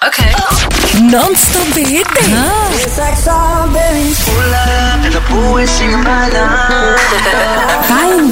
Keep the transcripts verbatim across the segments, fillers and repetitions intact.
Okay. Non-stop hity. No. Fajn.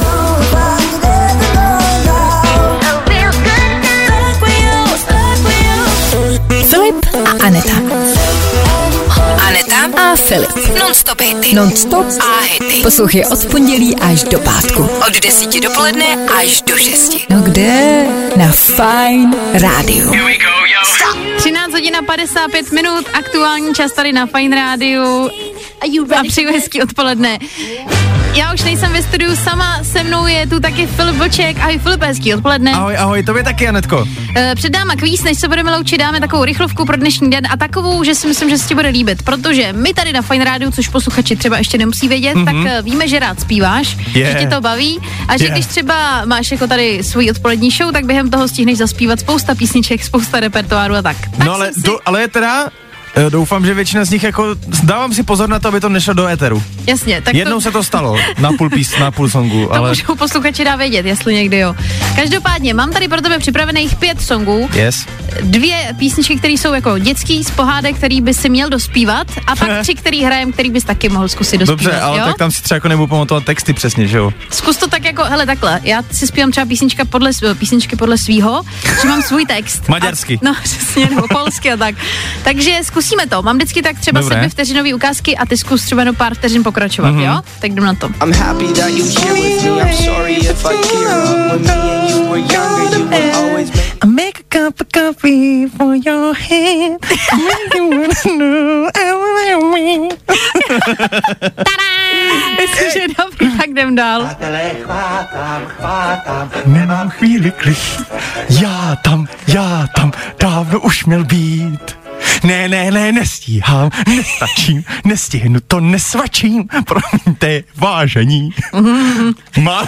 Filip a Aneta. Aneta a Filip. Non-stop hity. Non-stop a hity. Poslouchej od pondělí až do pátku. Od desíti dopoledne až do šesti. No kde? Na Fajn rádiu. Here we go, yo. třináct hodin a padesát pět minut, aktuální čas tady na Fajn rádiu. A přeju hezký odpoledne. Já už nejsem ve studiu sama, se mnou je tu taky Filip Vlček. Ahoj Filipe, hezký odpoledne. Ahoj, ahoj, tobě taky, Anetko. Před náma kvíz, než se budeme loučit, dáme takovou rychlovku pro dnešní den a takovou, že si myslím, že se ti bude líbit, protože my tady na Fajn rádiu, což posluchači třeba ještě nemusí vědět, mm-hmm. tak víme, že rád zpíváš, yeah. že tě to baví a že yeah. když třeba máš jako tady svůj odpolední show, tak během toho stihneš zaspívat spousta písniček, spousta repertoáru a tak. tak no ale, si... do, ale teda... Doufám, že většina z nich jako, dávám si pozor na to, aby to nešlo do éteru. Jasně. Tak jednou to... se to stalo, na půl pís, na půl songu, to ale... můžou posluchači dá vědět, jestli někdy jo. Každopádně, mám tady pro tebe připravených pět songů. Yes. Dvě písničky, které jsou jako dětský z pohádek, který by si měl dospívat a pak tři, který hrajem, který bys taky mohl zkusit dospívat. Dobře, ale jo? tak tam si třeba jako nebudu pamatovat texty přesně, že jo? Zkus to tak jako, hele takhle, já si zpívám třeba písnička podle, písničky podle svýho, že mám svůj text. Maďarsky. A, no přesně, nebo polsky a tak. Takže zkusíme to, mám vždycky tak třeba sedmi vteřinový ukázky a ty zkus třeba no pár vteřin pokračovat, mm-hmm. jo? Tak jdem na to. I'm happy that you here with me. I'm sorry if I tear up. When me and you were younger, you would always make I make a cup of coffee for your head. Make you wanna know I Tada! Myslím, že je dobrý, tak jdem dál. Chvátám, chvátám, nemám chvíli klid. Já tam, já tam, dávno už měl být. Ne, ne, ne, nestíhám, nestačím, nestihnu to, nesvačím, promiňte, vážení. Mm-hmm. Mám...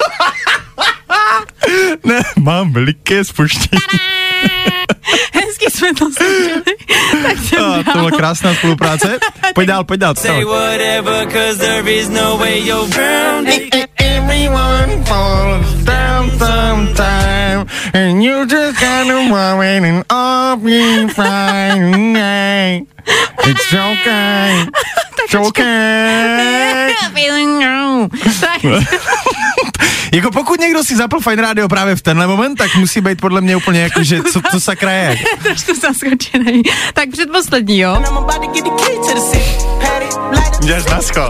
ne, mám veliké spuštění. Hezky jsme to slyšeli. Tak jsem a, to byla krásná spolupráce. Pojď dál, pojď dál. Say whatever, cause there is no way you're bound. Everyone falls down sometime and you just gotta worry and all be fine. It's okay. It's okay. Jako pokud někdo si zapl Fajn rádio právě v tenhle moment, tak musí být podle mě úplně jako, že co to sakra je. Trošku zaskočený. Tak předposlední, jo? Jdeš nasko.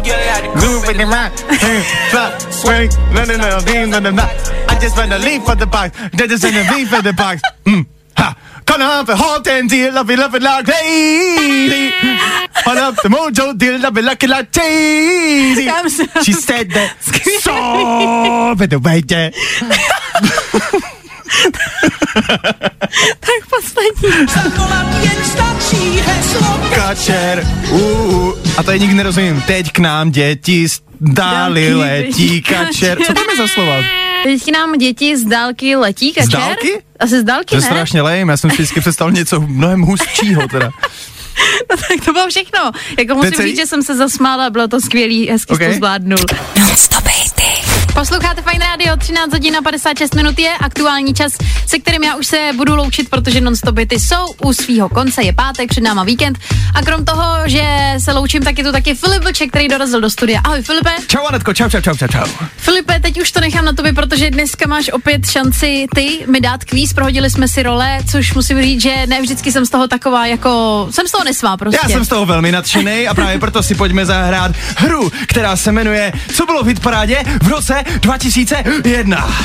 I just wanna leave for the box. I just wanna leave for the box. Mm. Ha. Come up the whole ten deal, love it, love it like crazy. Hold up the mojo deal, love it like like crazy. She said that so by the way, yeah. Tak poslední. Kačer, uh, a to je nikdy nerozumím. Teď k nám děti z dály letí kačer. Co tam je za slova? Teď k nám děti z dálky letí kačer? Z dálky? Asi z dálky, to ne? To je strašně lame, já jsem si vždycky představil něco mnohem hustšího teda. No tak to bylo všechno. Jako musím říct, že jsem se zasmála, bylo to skvělý, hezky okay. to zvládnul. Non-stop hity. Posloucháte Fajn rádio, třináct hodin a padesát šest minut je aktuální čas, se kterým já už se budu loučit, protože non-stop hity jsou u svýho konce, je pátek, před náma víkend a krom toho, že se loučím, tak je tu taky Filip Vlček, který dorazil do studia. Ahoj Filipe. Čau Anetko, čau, čau, čau, čau, čau. Filipe, teď už to nechám na tobě, protože dneska máš opět šanci ty mi dát kvíz, prohodili jsme si role, což musím říct, že ne vždycky jsem z toho taková jako, jsem z toho nesvá prostě. Já jsem z toho velmi nadšenej a právě proto si pojďme zahrát hru, která se jmenuje Co bylo v hitparádě v roce dva tisíce jedna.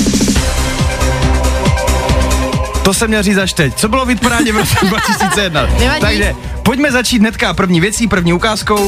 To jsem měl říct až teď. Co bylo v hitparádě v roce dva tisíce jedna? Takže pojďme začít hnedka první věcí, první ukázkou.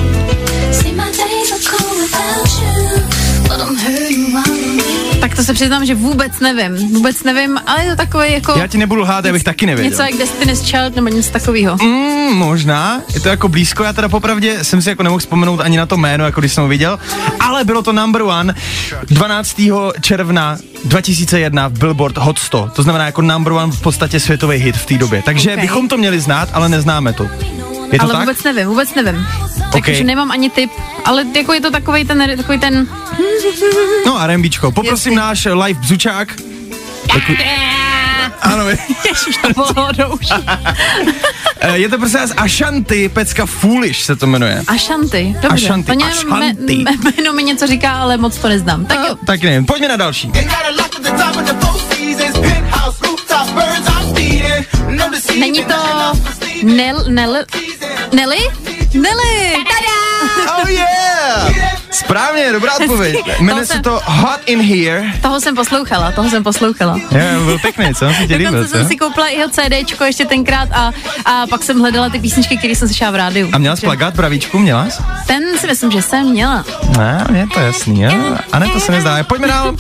Tak to se přiznám, že vůbec nevím, vůbec nevím, ale je to takový jako... Já ti nebudu lhát, já bych taky nevěděl. Něco jak Destiny's Child nebo něco takového. Mm, možná, je to jako blízko, já teda popravdě jsem si jako nemohl vzpomenout ani na to jméno, jako když jsem ho viděl, ale bylo to number one dvanáctého června dva tisíce jedna v Billboard Hot sto, to znamená jako number one v podstatě světový hit v té době, takže okay. bychom to měli znát, ale neznáme to. Je to ale tak? vůbec nevím, vůbec nevím. Takže okay. nemám ani tip, ale jako je to takovej ten, takový ten... No a R and Bčko, poprosím Jestli. náš live bzučák. Takový... Ano. Ježiš, to bylo douší. Je to prostě z Ashanti, pecka Foolish se to jmenuje. Ashanti, dobře. Ashanti, to Ashanti. Me, me, jméno mi něco říká, ale moc to neznám. Tak jo. Tak nevím, pojďme na další. Není to Nel, Nel, Nelly? Nelly! Tada! Oh yeah! Správně, dobrá odpověď. Jmenuje se to Hot in Here. Toho jsem poslouchala, toho jsem poslouchala. Je, byl pěkný, co? Si tě líbil, Dokonce co? jsem si koupila jeho CDčko ještě tenkrát a, a pak jsem hledala ty písničky, které jsem slyšela v rádiu. A měla jsi plagát pravíčku, měla jsi? Ten si myslím, že jsem měla. Ne, je to jasný, jo? A ne, to se nezdá. Pojďme dál.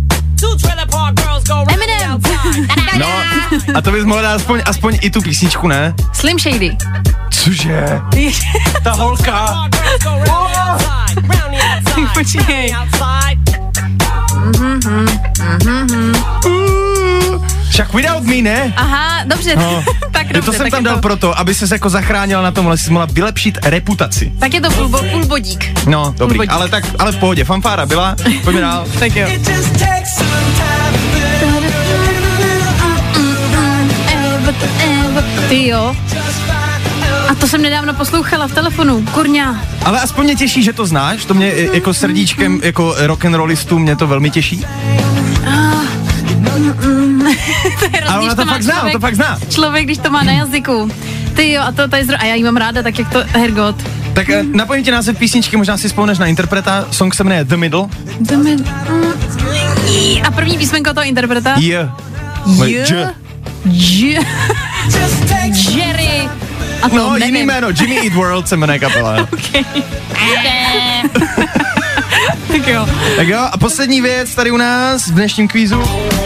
Eminem. No, a to bys mohla dát aspoň, aspoň i tu písničku, ne? Slim Shady. Cože? Ta holka. Počkej. Však Without Me, ne? Aha, dobře, No. tak dobře. To jsem tak tam dal to... proto, aby ses jako zachránila na tom, ale jsi mohla vylepšit reputaci. Tak je to půl, půl bodík. No, dobrý, bodík. ale tak, ale v pohodě, fanfára byla, pojďme dál. Tak jo. Ty jo. A to jsem nedávno poslouchala v telefonu, kurňa. Ale aspoň mě těší, že to znáš, to mě jako srdíčkem, jako rock'n'rollistů mě to velmi těší. To je Ale ona to fakt zná, ona to fakt zná. Člověk, když to má na jazyku. Ty jo, a to, to je zro... A já jí mám ráda, tak jak to, hergot. Tak napojím ti název písničky, možná si vzpomeneš na interpreta, song se jmenuje The Middle. The Middle. A první písmenko toho interpreta? Je. Je. Je. Jerry. A to no, nevím. jiný jméno, Jimmy Eat World se jmenuje kapela. Okay. Tak jo. Tak jo, a poslední věc tady u nás v dnešním kvízu.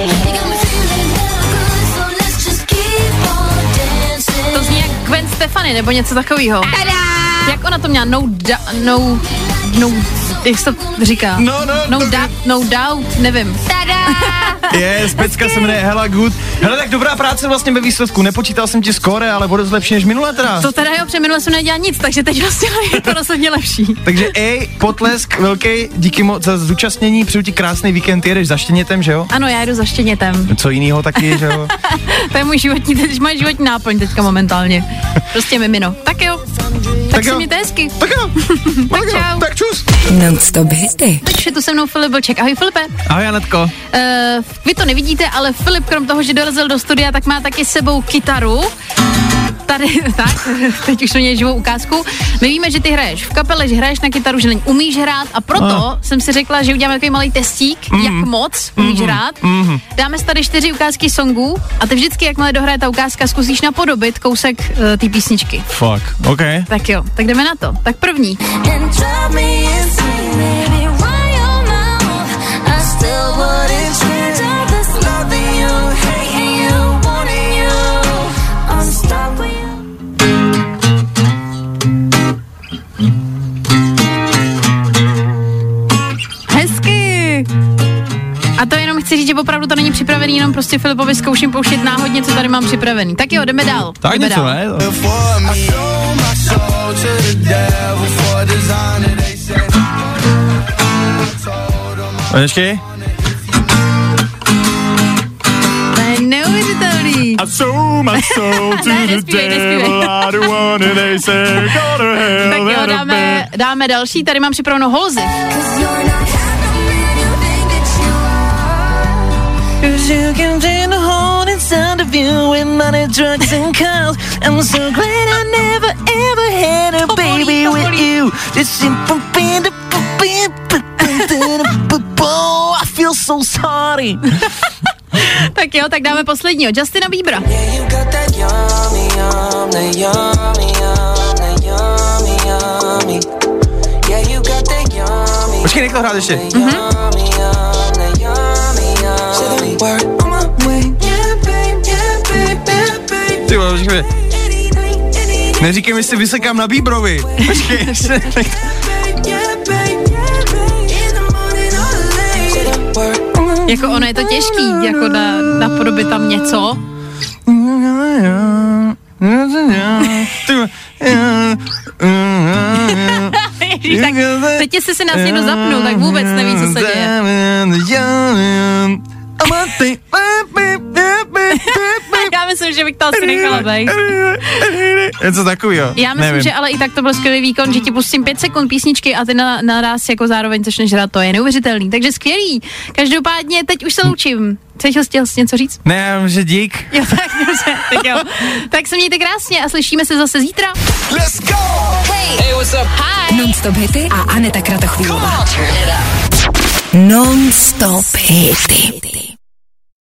To zní jak Gwen Stefani, nebo něco takového. Jak ona to měla? No, da, no, no, jak se to říká? No, no, no, to da, no doubt, nevím. Tada! Je, zpecka se jmenuje Hella Good. Hele, tak dobrá práce vlastně ve výsledku. Nepočítal jsem ti skóre, ale bude lepší než minule teda. To teda jo, přeminule jsem nedělal nic, takže teď vlastně je to rozhodně lepší. Takže ej, potlesk velký, díky moc za zúčastnění, přeju ti krásný víkend, jedeš za Štěnětem, že jo? Ano, já jdu za Štěnětem. Co jinýho taky, že jo? To je můj životní, teď můj životní náplň teďka momentálně. Prostě mimino. Tak jo. Tak, tak si mějte hezky. Tak jo. Tak čau. Tak čus. Non-stop hity. Takže tu se mnou Filip Vlček. Ahoj Filipe. Ahoj Anetko. Uh, vy to nevidíte, ale Filip krom toho, že dorazil do studia, tak má taky s sebou kytaru. Tady, tak, teď už to měli živou ukázku. My víme, že ty hraješ v kapele, že hraješ na kytaru, že umíš hrát a proto ah. jsem si řekla, že uděláme takový malý testík, mm. jak moc umíš mm-hmm. hrát. Mm-hmm. Dáme si tady čtyři ukázky songů a ty vždycky, jakmile dohraje ta ukázka, zkusíš napodobit kousek uh, té písničky. Fuck, ok. Tak jo, tak jdeme na to. Tak první. A to jenom chci říct, že opravdu to není připravený, jenom prostě Filipovi zkouším pouštět náhodně, co tady mám připravený. Tak jo, jdeme dál. Tak jdeme něco, dál. ne? Počkej. To je neuvěřitelný. I sold my soul to Ne, the nespívej, devil, I don't want it, they say, go to hell. Tak jo, dáme, dáme další, tady mám připravenou Halsey. You can take the whole inside of you with money, drugs and cars. I'm so glad I never ever had a baby with you. This simple band of I feel so sorry. Tak jo, tak dáme posledního, Justina Biebera. Počkej, nech to hrát ještě. Mhm. Ty vole, počkej. Neříkej mi, si vysekám na Bíbrovi. Počkej, ještě. Jako ono je to těžký, jako na, napodobit tam něco. Ježíš, tak teď jestli si nás někdo zapnul, tak vůbec neví, co se děje. myslím, že bych to asi nechala být. Něco takovýho. Já myslím, nevím. že ale i tak to byl skvělý výkon, že ti pustím pět sekund písničky a ty na, naraz jako zároveň začneš hrát, to je neuvěřitelný. Takže skvělý. Každopádně teď už se loučím. Chceš chtěl jsi něco říct? Ne, já vím, že dík. Jo, tak dobře, tak jo. Tak se mějte krásně a slyšíme se zase zítra. Let's go! Hey, hey, what's up? Hi. Non-stop hity a Aneta Kratochvílová. Non-stop hity.